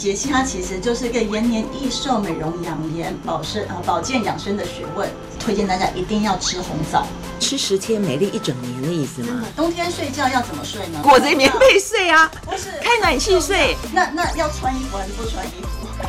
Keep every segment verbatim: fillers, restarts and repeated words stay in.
节气它其实就是个延年益寿、美容养颜、保生啊保健养生的学问，推荐大家一定要吃红枣。 吃十天美丽一整年的意思吗？ 冬天睡觉要怎么睡呢？ 裹着棉被睡啊， 不是开暖气睡。 那那要穿衣服还是不穿衣服？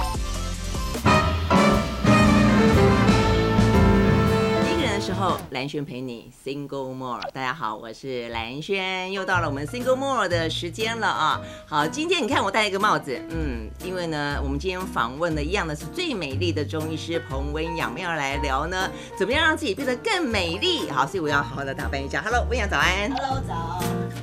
时候，蓝轩陪你 Single More。大家好，我是蓝轩，又到了我们 Single More 的时间了啊！好，今天你看我戴一个帽子，嗯，因为呢，我们今天访问的一样的是最美丽的中医师彭文养，我们要来聊呢，怎么样让自己变得更美丽？好，所以我要好好的打扮一下。Hello， 文养早安。 Hello， 早。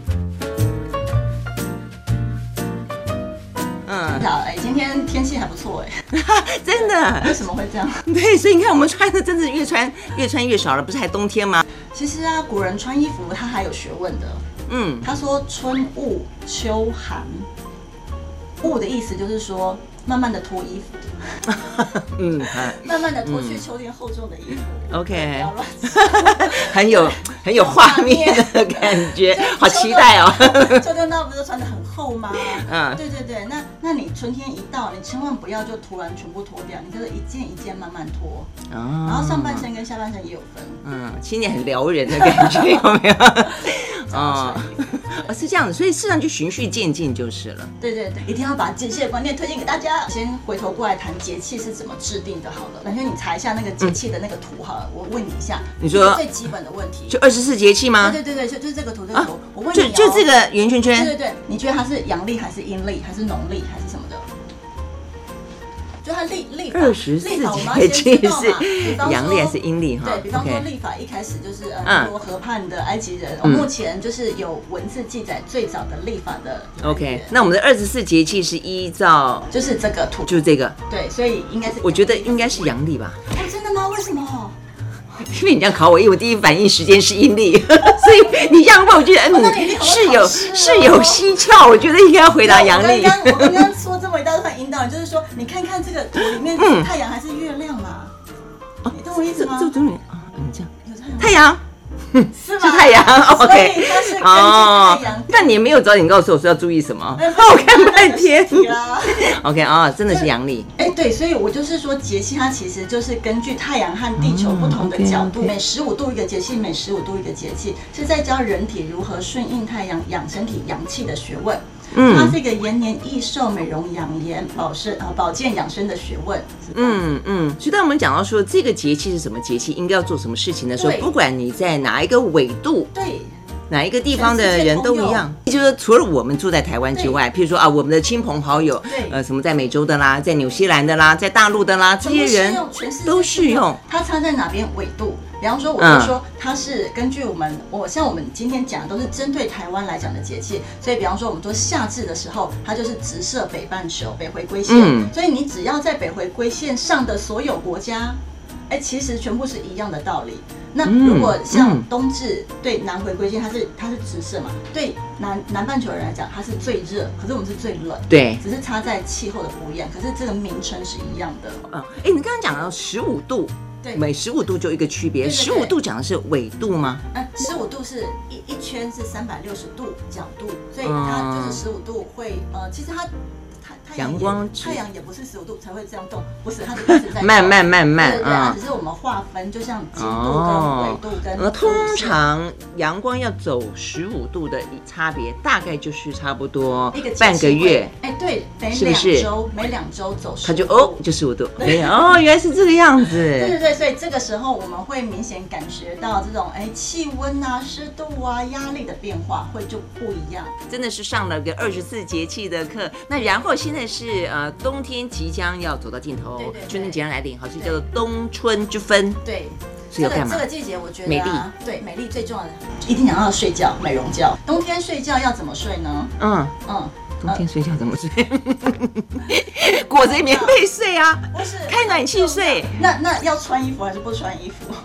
嗯，好，哎，今天天气还不错哎， 真的？ 为什么会这样？ 对，所以你看我们穿的真的越穿越穿越少了，不是还冬天吗？ 其实啊，古人穿衣服他还有学问的。嗯，他说春捂秋寒，捂的意思就是说慢慢的脱衣服，嗯，慢慢的脱去秋天厚重的衣服。 OK， 不要乱说，很有很有画面的感觉，好期待哦。 秋冬到不是穿得很厚吗？嗯，对对对，那那你春天一到，你千万不要就突然全部脱掉，你就是一件一件慢慢脱，哦，然后上半身跟下半身也有分。嗯， 青年很撩人的感觉，有没有？哦，是这样子，所以事实上就循序渐进就是了。 对对对，一定要把节气的观念推荐给大家。先回头过来谈节气是怎么制定的，好了。蓝轩，你查一下那个节气的那个图好了，我问你一下， 你说最基本的问题， 就二十四节气吗？ 对对对对，就就是这个图，这个图。我问你， 就就这个圆圈圈。 对对对，你觉得它是阳历还是阴历还是农历还是什么的？就它历历法， 二十四节气是阳历还是阴历哈？ 对，比方说历法一开始就是呃，多河畔的埃及人，目前就是有文字记载最早的历法的。 OK， 那我们的二十四节气是依照就是这个图， 就是这个。 对，所以应该是我觉得应该是阳历吧。 哎，真的吗？为什么？ 因为你这样考我，因为我第一反应时间是阴历，所以你这样问，我觉得嗯是有是有蹊跷，我觉得应该要回答阳历。 我刚刚说这么一大段引导，就是说你看看这个图里面是太阳还是月亮嘛？你懂我意思吗？ 这这啊，你这样太阳。 是吗？ 是太阳 ，OK， 所以它是根据太阳。 那你也没有早点告诉我说要注意什么？我看半天。OK 啊，真的是阳历。 哎，对，所以我就是说节气它其实就是根据太阳和地球不同的角度，每十五度一个节气，每十五度一个节气，是在教人体如何顺应太阳、养身体阳气的学问。嗯，它是一个延年益寿、美容养颜、保生啊保健养生的学问。 嗯嗯，所以当我们讲到说这个节气是什么节气，应该要做什么事情的时候，不管你在哪一个纬度， 对， 哪一个地方的人都一样。就是说，除了我们住在台湾之外，譬如说啊，我们的亲朋好友，呃，什么在美洲的啦，在纽西兰的啦，在大陆的啦，这些人都适用。 它差在哪边纬度？比方说，我就说它是根据我们，我像我们今天讲的都是针对台湾来讲的节气，所以比方说我们说夏至的时候，它就是直射北半球，北回归线。嗯、所以你只要在北回归线上的所有国家，哎，其实全部是一样的道理。那如果像冬至对南回归线，它是它是直射嘛，对南南半球人来讲，它是最热，可是我们是最冷， 对， 只是差在气候的不一样，可是这个名称是一样的。 嗯，哎，你刚刚讲到十五度。对，每十五度就一个区别。十五度讲的是纬度吗？ 呃，十五度是一一圈是三百六十度角度，所以它就是十五度会呃，其实它它太阳光太阳也不是十五度才会这样动，不是它一直在慢慢慢慢， 对对对，只是我们划分，就像经度跟纬度跟。 呃，通常阳光要走十五度的差别，大概就是差不多半个月。 哎，对，每两周每两周走十五度， 它就哦就十五度，没有哦，原来是这个样子。 对对对。所以这个时候我们会明显感觉到这种哎气温啊、湿度啊、压力的变化会就不一样。 真的是上了个二十四节气的课。那然后现在是呃冬天即将要走到尽头，对对对，春天即将来临，好像叫做冬春之分。 对， 是要干嘛？ 这个季节我觉得、啊、 美丽， 对美丽最重要的，一定讲到睡觉，美容觉。冬天睡觉要怎么睡呢？嗯嗯。 冬天睡觉怎么睡？裹着棉被睡啊， 不是开暖气睡。 那那要穿衣服还是不穿衣服？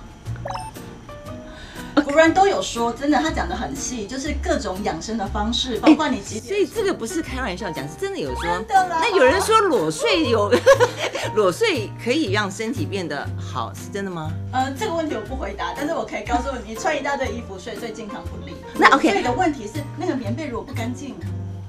古人都有说，真的，他讲的很细，就是各种养生的方式，包括你几点。 所以这个不是开玩笑讲，是真的有说。 真的啦。 那有人说裸睡有裸睡可以让身体变得好，是真的吗？ 呃，这个问题我不回答，但是我可以告诉你，你穿一大堆衣服睡对健康不利。 那 OK。 所以的问题是，那个棉被如果不干净。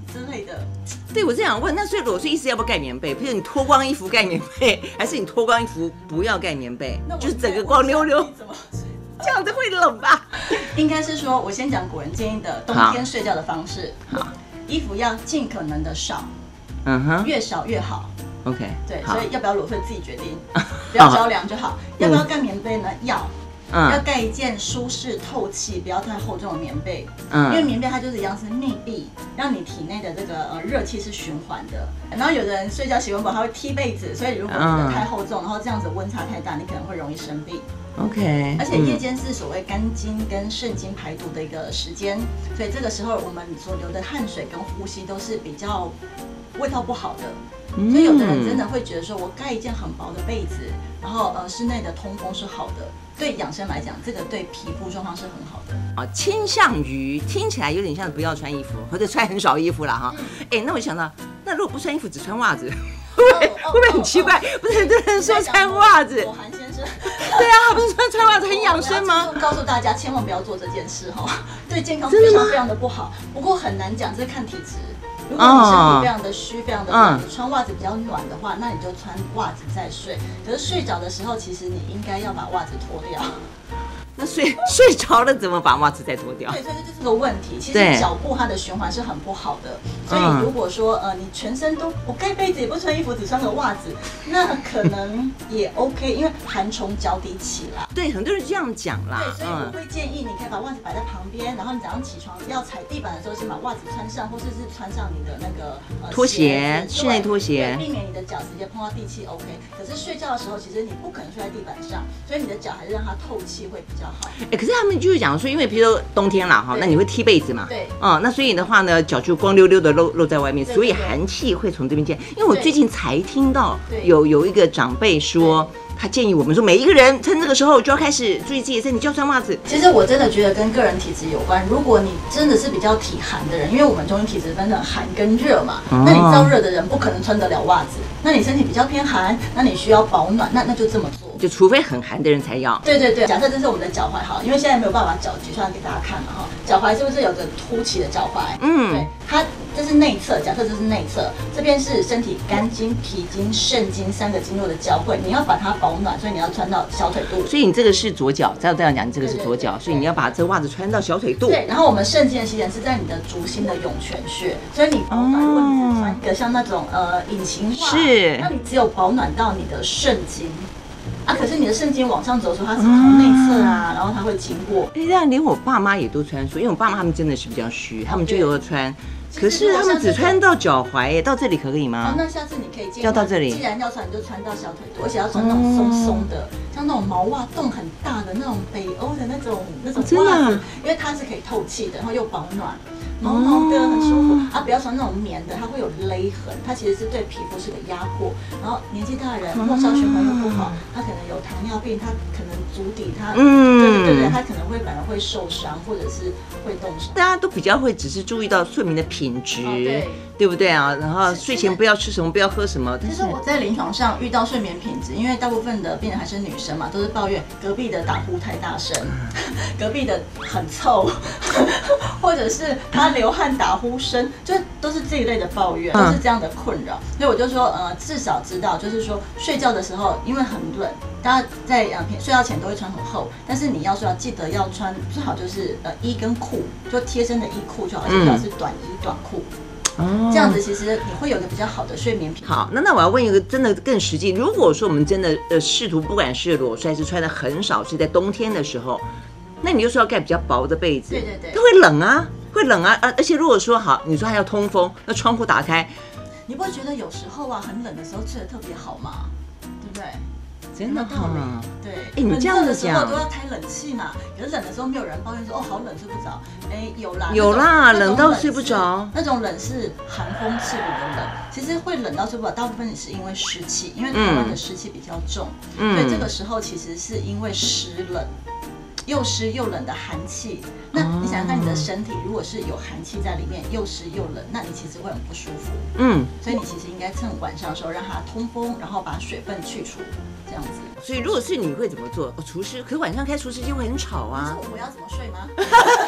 之类的。 对，我这样问，那所以裸睡意思要不要盖棉被？比如你脱光衣服盖棉被，还是你脱光衣服不要盖棉被？就是整个光溜溜，这样子会冷吧？ 应该是说，我先讲古人建议的冬天睡觉的方式。好，衣服要尽可能的少，嗯哼，越少越好。 OK， 对，所以要不要裸睡自己决定，不要着凉就好。要不要盖棉被呢？要。嗯、要盖一件舒适透气、不要太厚重的棉被，嗯，因为棉被它就是一样是密闭，让你体内的这个呃热气是循环的。然后有的人睡觉习惯不好，他会踢被子，所以如果你的太厚重，然后这样子温差太大，你可能会容易生病。 OK， 而且夜间是所谓肝经跟肾经排毒的一个时间，所以这个时候我们所流的汗水跟呼吸都是比较味道不好的。所以有的人真的会觉得说，我盖一件很薄的被子，然后呃室内的通风是好的，对养生来讲，这个对皮肤状况是很好的。 啊，倾向于听起来有点像不要穿衣服，或者穿很少衣服啦哈。哎、欸，那我想到，那如果不穿衣服只穿袜子，会不会会不会很奇怪？不是很多人说穿袜子， 我韩先生， 对啊，他不是穿穿袜子很养生吗？ 告诉大家千万不要做这件事哈，对健康非常非常的不好。不过很难讲，这是看体质。如果你身体非常的虚、非常的冷，你穿袜子比较暖的话，那你就穿袜子再睡。可是睡着的时候，其实你应该要把袜子脱掉。 那睡睡着了怎么把袜子再脱掉？ 对，所以这就是个问题。其实脚部它的循环是很不好的，所以如果说呃你全身都我盖被子也不穿衣服，只穿个袜子，那可能也 OK， 因为寒从脚底起来。 对，很多人这样讲啦。 对，所以我会建议你可以把袜子摆在旁边，然后你早上起床要踩地板的时候，先把袜子穿上，或者是穿上你的那个、呃、 拖鞋，室内拖鞋， 避免你的脚直接碰到地气 OK。可是睡觉的时候，其实你不可能睡在地板上，所以你的脚还是让它透气会比较好。 哎、欸，可是他们就是讲说，因为比如说冬天啦哈，那你会踢被子嘛？ 对。 哦、嗯，那所以的话呢，脚就光溜溜的露露在外面，所以寒气会从这边进来。因为我最近才听到有有一个长辈说。他建议我们说，每一个人趁这个时候就要开始注意自己的身体，就要穿袜子。 其实我真的觉得跟个人体质有关。如果你真的是比较体寒的人，因为我们中医体质分成寒跟热嘛，哦、那你燥热的人不可能穿得了袜子。那你身体比较偏寒，那你需要保暖，那那就这么做。 就除非很寒的人才要。 对对对，假设这是我们的脚踝哈，因为现在没有办法脚举出来给大家看嘛哈。脚踝是不是有个凸起的脚踝？嗯，对，它这是内侧，假设这是内侧，这边是身体肝经、脾经、肾经三个经络的交汇，你要把它保暖，所以你要穿到小腿肚。 所以你这个是左脚，再这样讲，你这个是左脚，所以你要把这袜子穿到小腿肚。 对，然后我们肾经的起点是在你的足心的涌泉穴，所以你保暖，如果你只穿一个像那种呃隐形袜， 是， 那你只有保暖到你的肾经。啊，可是你的肾经往上走的时候，它是从内侧啊，然后它会经过。 哎，这样连我爸妈也都穿说，因为我爸妈他们真的是比较虚，他们就有穿。可是他们只穿到脚踝耶，到这里可以吗？ 哦，那下次你可以建议要到这里。 既然要穿，你就穿到小腿肚，而且要穿那种松松的，像那种毛袜洞很大的那种北欧的那种那种袜子，因为它是可以透气的，然后又保暖。毛毛的很舒服啊，不要穿那种棉的，它会有勒痕，它其实是对皮肤是个压迫。然后年纪大的人，末梢循环又不好，他可能有糖尿病，他可能足底他，嗯，对对对对，他可能会反而会受伤，或者是会冻伤。 大家都比较会只是注意到睡眠的品质，哦、对, 对不对啊？然后睡前不要吃什么，不要喝什么。 其实我在临床上遇到睡眠品质，因为大部分的病人还是女生嘛，都是抱怨隔壁的打呼太大声，隔壁的很臭，或者是他流汗打呼声，就都是这一类的抱怨，都是这样的困扰。所以我就说，呃，至少知道，就是说睡觉的时候，因为很冷，大家在呃睡觉前都会穿很厚，但是你要睡觉记得要穿最好就是呃衣跟裤，就贴身的衣裤就好，而且最好是短衣短裤。哦，这样子其实你会有一个比较好的睡眠品质。 好，那那我要问一个真的更实际，如果说我们真的呃试图不管是裸睡还是穿的很少，是在冬天的时候，那你就说要盖比较薄的被子， 对对对， 它会冷啊。会冷啊，而且如果说好，你说还要通风，那窗户打开， 你不会觉得有时候啊很冷的时候睡得特别好吗？对不对？ 真的好吗？ 对， 哎，你这样子讲， 都要开冷气嘛。可是冷的时候没有人抱怨说哦好冷睡不着，哎有啦， 有啦，冷到睡不着。 那种冷是寒风刺骨的冷，其实会冷到睡不着，大部分是因为湿气，因为台湾的湿气比较重，嗯、所以这个时候其实是因为湿冷。又湿又冷的寒气，那你想想看，你的身体如果是有寒气在里面，又湿又冷，那你其实会很不舒服。嗯，所以你其实应该趁晚上的时候让它通风，然后把水分去除，这样子。 所以如果是你会怎么做？哦，除湿，可是晚上开除湿机会很吵啊。 你说我要怎么睡吗？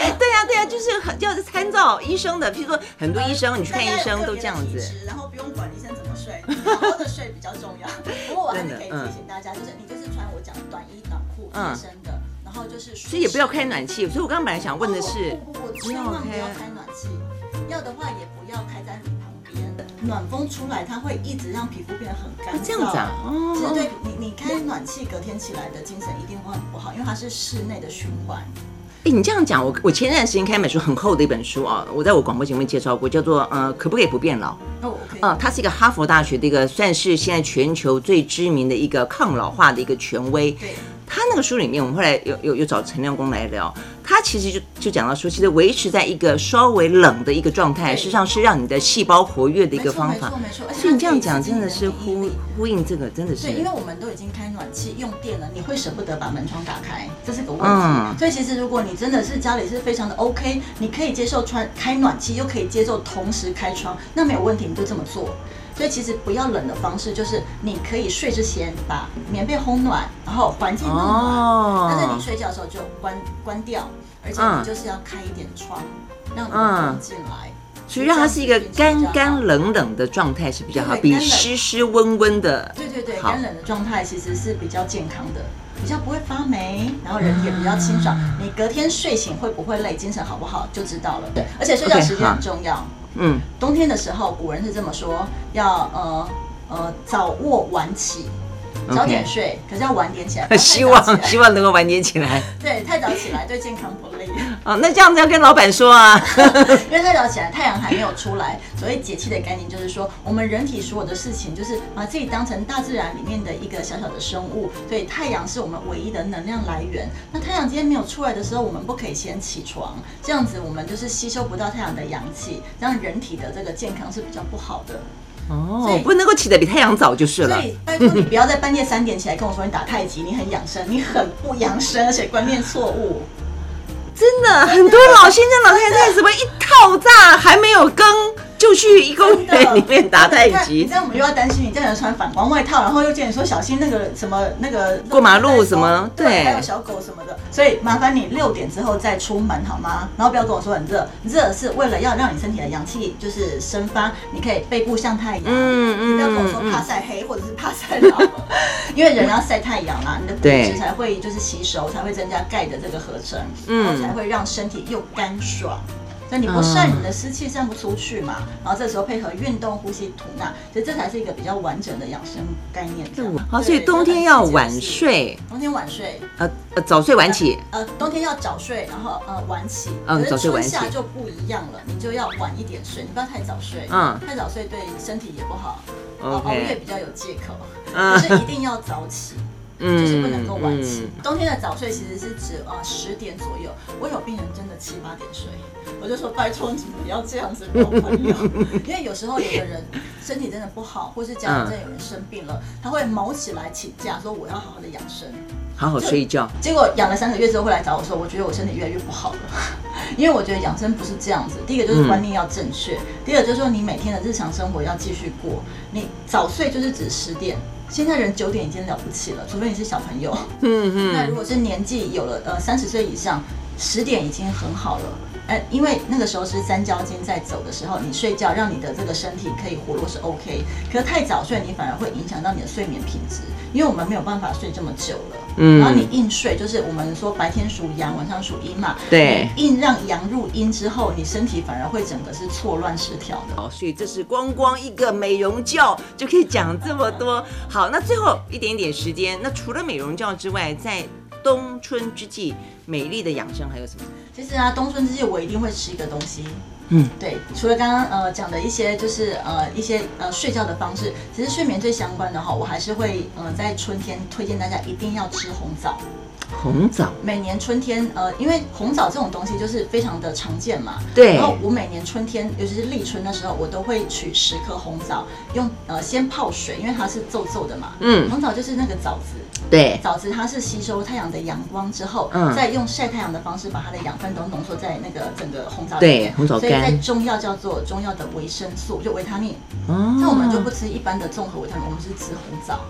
对呀、啊、对呀、啊，就是要参照医生的，譬如说很多医生，你去看医生都这样子， 然后不用管医生怎么睡，好好的睡比较重要。不过我还是可以提醒大家，就是你就是穿我讲的短衣短裤贴身的。然后就是， 所以也不要开暖气。所以我刚刚本来想问的是， 不不不，千万不要开暖气，要的话也不要开在你旁边，暖风出来，它会一直让皮肤变得很干燥。 这样子啊？哦。 其实对你，你开暖气，隔天起来的精神一定会很不好，因为它是室内的循环。 哎，你这样讲，我我前段时间看一本书，很厚的一本书啊，我在我广播节目介绍过，叫做呃，可不可以不变老？ 哦，可以。 呃，它是一个哈佛大学的一个，算是现在全球最知名的一个抗老化的一个权威。 对。 他那个书里面，我们后来有有有找陈亮公来聊，他其实就就讲到说，其实维持在一个稍微冷的一个状态，事实上是让你的细胞活跃的一个方法。 没错没错。 所以你这样讲真的是呼呼应这个，真的是。 对，因为我们都已经开暖气用电了，你会舍不得把门窗打开，这是个问题。嗯、所以其实如果你真的是家里是非常的 OK， 你可以接受穿开暖气，又可以接受同时开窗，那没有问题，你就这么做。所以其实不要冷的方式就是你可以睡之前把棉被烘暖，然后环境弄暖，哦、但是你睡觉的时候就关关掉，而且你就是要开一点窗，嗯、让风进来，嗯、 所以让它是一个干干冷冷的状态是比较好，比湿湿温温的。 对对对，干冷的状态其实是比较健康的，比较不会发霉，然后人也比较清爽。嗯、你隔天睡醒会不会累，精神好不好就知道了。对，而且睡觉时间很重要。Okay, 嗯，冬天的时候，古人是这么说，要呃呃早卧晚起，早点睡， okay. 可是要晚点起来。 希望希望能够晚点起来。 对，太早起来对健康不利。 哦，那这样子要跟老板说啊， 因为太早起来，太阳还没有出来。所谓节气的概念就是说，我们人体所有的事情，就是把自己当成大自然里面的一个小小的生物，所以太阳是我们唯一的能量来源。那太阳今天没有出来的时候，我们不可以先起床，这样子我们就是吸收不到太阳的阳气，让人体的这个健康是比较不好的。 哦，不能够起得比太阳早就是了。 所以拜托你不要在半夜三点起来跟我说你打太极，你很养生，你很不养生，而且观念错误。 真的，很多老先生老太太怎么一套炸还没有更，就去一公园里面打太极。 这样我们又要担心你这样人穿反光外套，然后又叫你说小心那个什么那个过马路什么，对， 还有小狗什么的。所以麻烦你六点之后再出门好吗？然后不要跟我说很热，热是为了要让你身体的阳气就是生发，你可以背部向太阳。嗯嗯，你不要跟我说怕晒黑或者是怕晒老，因为人要晒太阳啦，你的骨质才会就是吸收，才会增加钙的这个合成，然后才会让身体又干爽。那你不晒，你的湿气散不出去嘛，然后这时候配合运动、呼吸、吐纳，其实这才是一个比较完整的养生概念。 好，所以冬天要晚睡， 冬天晚睡， 呃呃早睡晚起。 呃，冬天要早睡，然后呃晚起。 嗯，早睡晚起。 春夏就不一样了，你就要晚一点睡，你不要太早睡。嗯，太早睡对身体也不好，熬夜比较有借口，可是一定要早起。就是不能够晚起。嗯、冬天的早睡其实是指呃十点左右。我有病人真的七八点睡，我就说拜托你不要这样子，朋友，因为有时候有的人身体真的不好，或是家里真的有人生病了，他会卯起来请假说我要好好的养生， 好好睡一觉。 结果养了三个月之后会来找我说，我觉得我身体越来越不好了，因为我觉得养生不是这样子。第一个就是观念要正确，嗯、第二个就是说你每天的日常生活要继续过。你早睡就是指十点。现在人九点已经了不起了，除非你是小朋友。嗯嗯。那如果是年纪有了呃三十岁以上，十点已经很好了。呃，因为那个时候是三焦经在走的时候，你睡觉让你的这个身体可以活络是 OK。可是太早睡，你反而会影响到你的睡眠品质，因为我们没有办法睡这么久了。嗯。然后你硬睡，就是我们说白天属阳，晚上属阴嘛。 对。 你硬让阳入阴之后，你身体反而会整个是错乱失调的。 好，所以这是光光一个美容觉就可以讲这么多。好，那最后一点点时间，那除了美容觉之外，在冬春之际，美丽的养生还有什么？ 其实啊，冬春之际我一定会吃一个东西。嗯，对，除了刚刚呃讲的一些就是呃一些呃睡觉的方式，其实睡眠最相关的哈，我还是会呃在春天推荐大家一定要吃红枣。 红枣， 每年春天，呃，因为红枣这种东西就是非常的常见嘛， 对。 然后我每年春天，尤其是立春的时候，我都会取十颗红枣，用呃先泡水，因为它是皱皱的嘛。嗯。红枣就是那个枣子。 对。 枣子它是吸收太阳的阳光之后，嗯，再用晒太阳的方式把它的养分都浓缩在那个整个红枣里面。 对，红枣干。 所以在中药叫做中药的维生素，就维他命。哦。那我们就不吃一般的综合维他命，我们是吃红枣。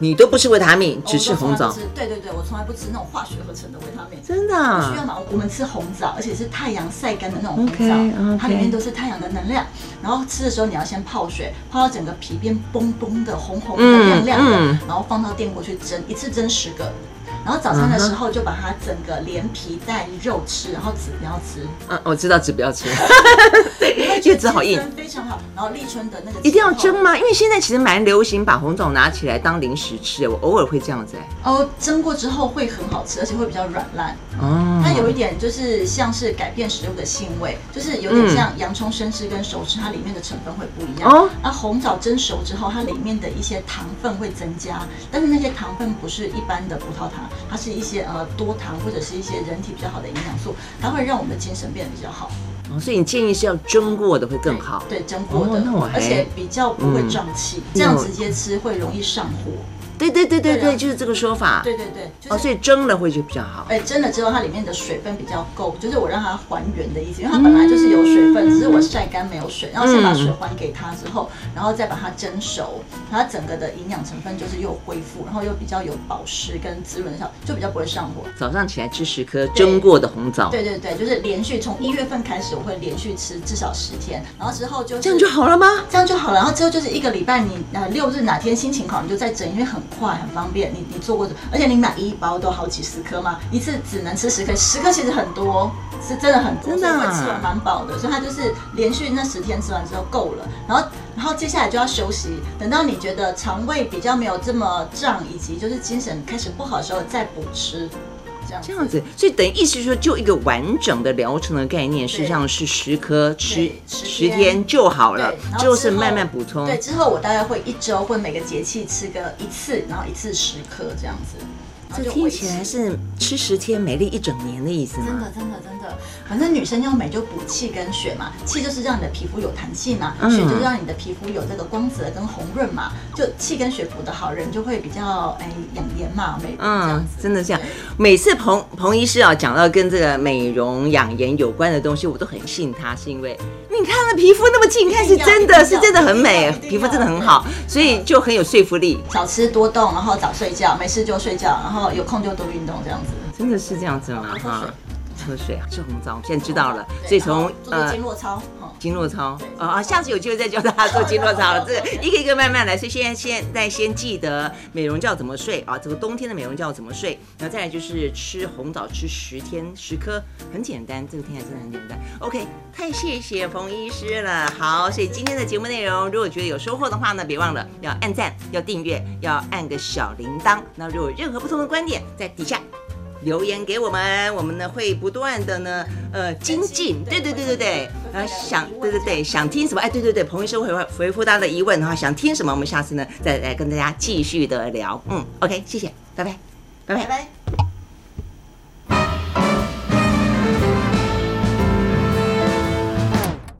你都不吃维他命，只吃红枣。 对对对，我从来不吃那种化学合成的维他命。 真的、啊？ 不需要嘛？我们吃红枣，而且是太阳晒干的那种红枣， okay, okay. 它里面都是太阳的能量。然后吃的时候你要先泡水，泡到整个皮变崩崩的、红红的、亮亮的，嗯嗯、然后放到电锅去蒸，一次蒸十个。然后早餐的时候就把它整个连皮带肉吃，然后籽不要吃。嗯， 我知道籽不要吃，对，因为籽好硬， 非常好。然后立春的那个一定要蒸吗？因为现在其实蛮流行把红枣拿起来当零食吃，我偶尔会这样子。 哦，蒸过之后会很好吃，而且会比较软烂。哦，它有一点就是像是改变食物的腥味，就是有点像洋葱生吃跟熟吃，它里面的成分会不一样。哦，那红枣蒸熟之后，它里面的一些糖分会增加，但是那些糖分不是一般的葡萄糖。它是一些呃多糖或者是一些人体比较好的营养素，它会让我们的精神变得比较好。 哦，所以你建议是要蒸过的会更好。 对，对蒸过的，哦、而且比较不会胀气，嗯、这样直接吃会容易上火。 对对对对对，就是这个说法。 对对对， 哦，所以蒸了会就比较好。 哎，蒸了之后它里面的水分比较够，就是我让它还原的意思，因为它本来就是有水分，只是我晒干没有水，然后先把水还给它之后，然后再把它蒸熟，它整个的营养成分就是又恢复，然后又比较有保湿跟滋润的效，就比较不会上火。 早上起来吃十颗蒸过的红枣。 对对对，就是连续从一月份开始，我会连续吃至少十天，然后之后就是这样就好了吗？ 这样就好了，然后之后就是一个礼拜，你呃六日哪天心情好，你就再蒸，因为很快很方便。你你做过，而且你买一包都好几十颗嘛，一次只能吃十颗，十颗其实很多，是真的很多， 真的、啊、 会吃完蛮饱的，所以它就是连续那十天吃完之后够了，然后然后接下来就要休息，等到你觉得肠胃比较没有这么胀，以及就是精神开始不好的时候再补吃。 这样子，所以等于意思是说，就一个完整的疗程的概念，实际上是十颗吃十天就好了，之后是慢慢补充。 对，之后我大概会一周或每个节气吃个一次，然后一次十颗这样子。 这听起来是吃十天美丽一整年的意思吗？ 真的真的真的，反正女生要美就补气跟血嘛，气就是让你的皮肤有弹性嘛，嗯、血就是让你的皮肤有这个光泽跟红润嘛，就气跟血补得好，人就会比较哎养颜嘛，美嗯， 真的这样。每次彭彭医师啊讲到跟这个美容养颜有关的东西，我都很信他，是因为你看了皮肤那么近看，是真的是真的很美，皮肤真的很好，所以就很有说服力。 少吃多动，然后早睡觉，没事就睡觉，然后有空就多运动，这样子。 真的是这样子吗？哈，喝水啊，吃红枣，现在知道了。所以从呃经络操， 经络操啊，下次有机会再教大家做经络操了。这个一个一个慢慢来。所以现在现在先记得美容觉怎么睡啊？这个冬天的美容觉怎么睡？然后再来就是吃红枣，吃十天十颗，很简单。这个听起来真的很简单。OK， 太谢谢彭医师了。好，所以今天的节目内容，如果觉得有收获的话呢，别忘了要按赞、要订阅、要按个小铃铛。那如果有任何不同的观点，在底下留言给我们，我们呢会不断的呢呃精进，对对对对对，呃想对对对想听什么，哎对对对，彭医生会回复大家的疑问，然后想听什么，我们下次呢再来跟大家继续的聊，嗯 OK 谢谢，拜拜拜拜拜拜。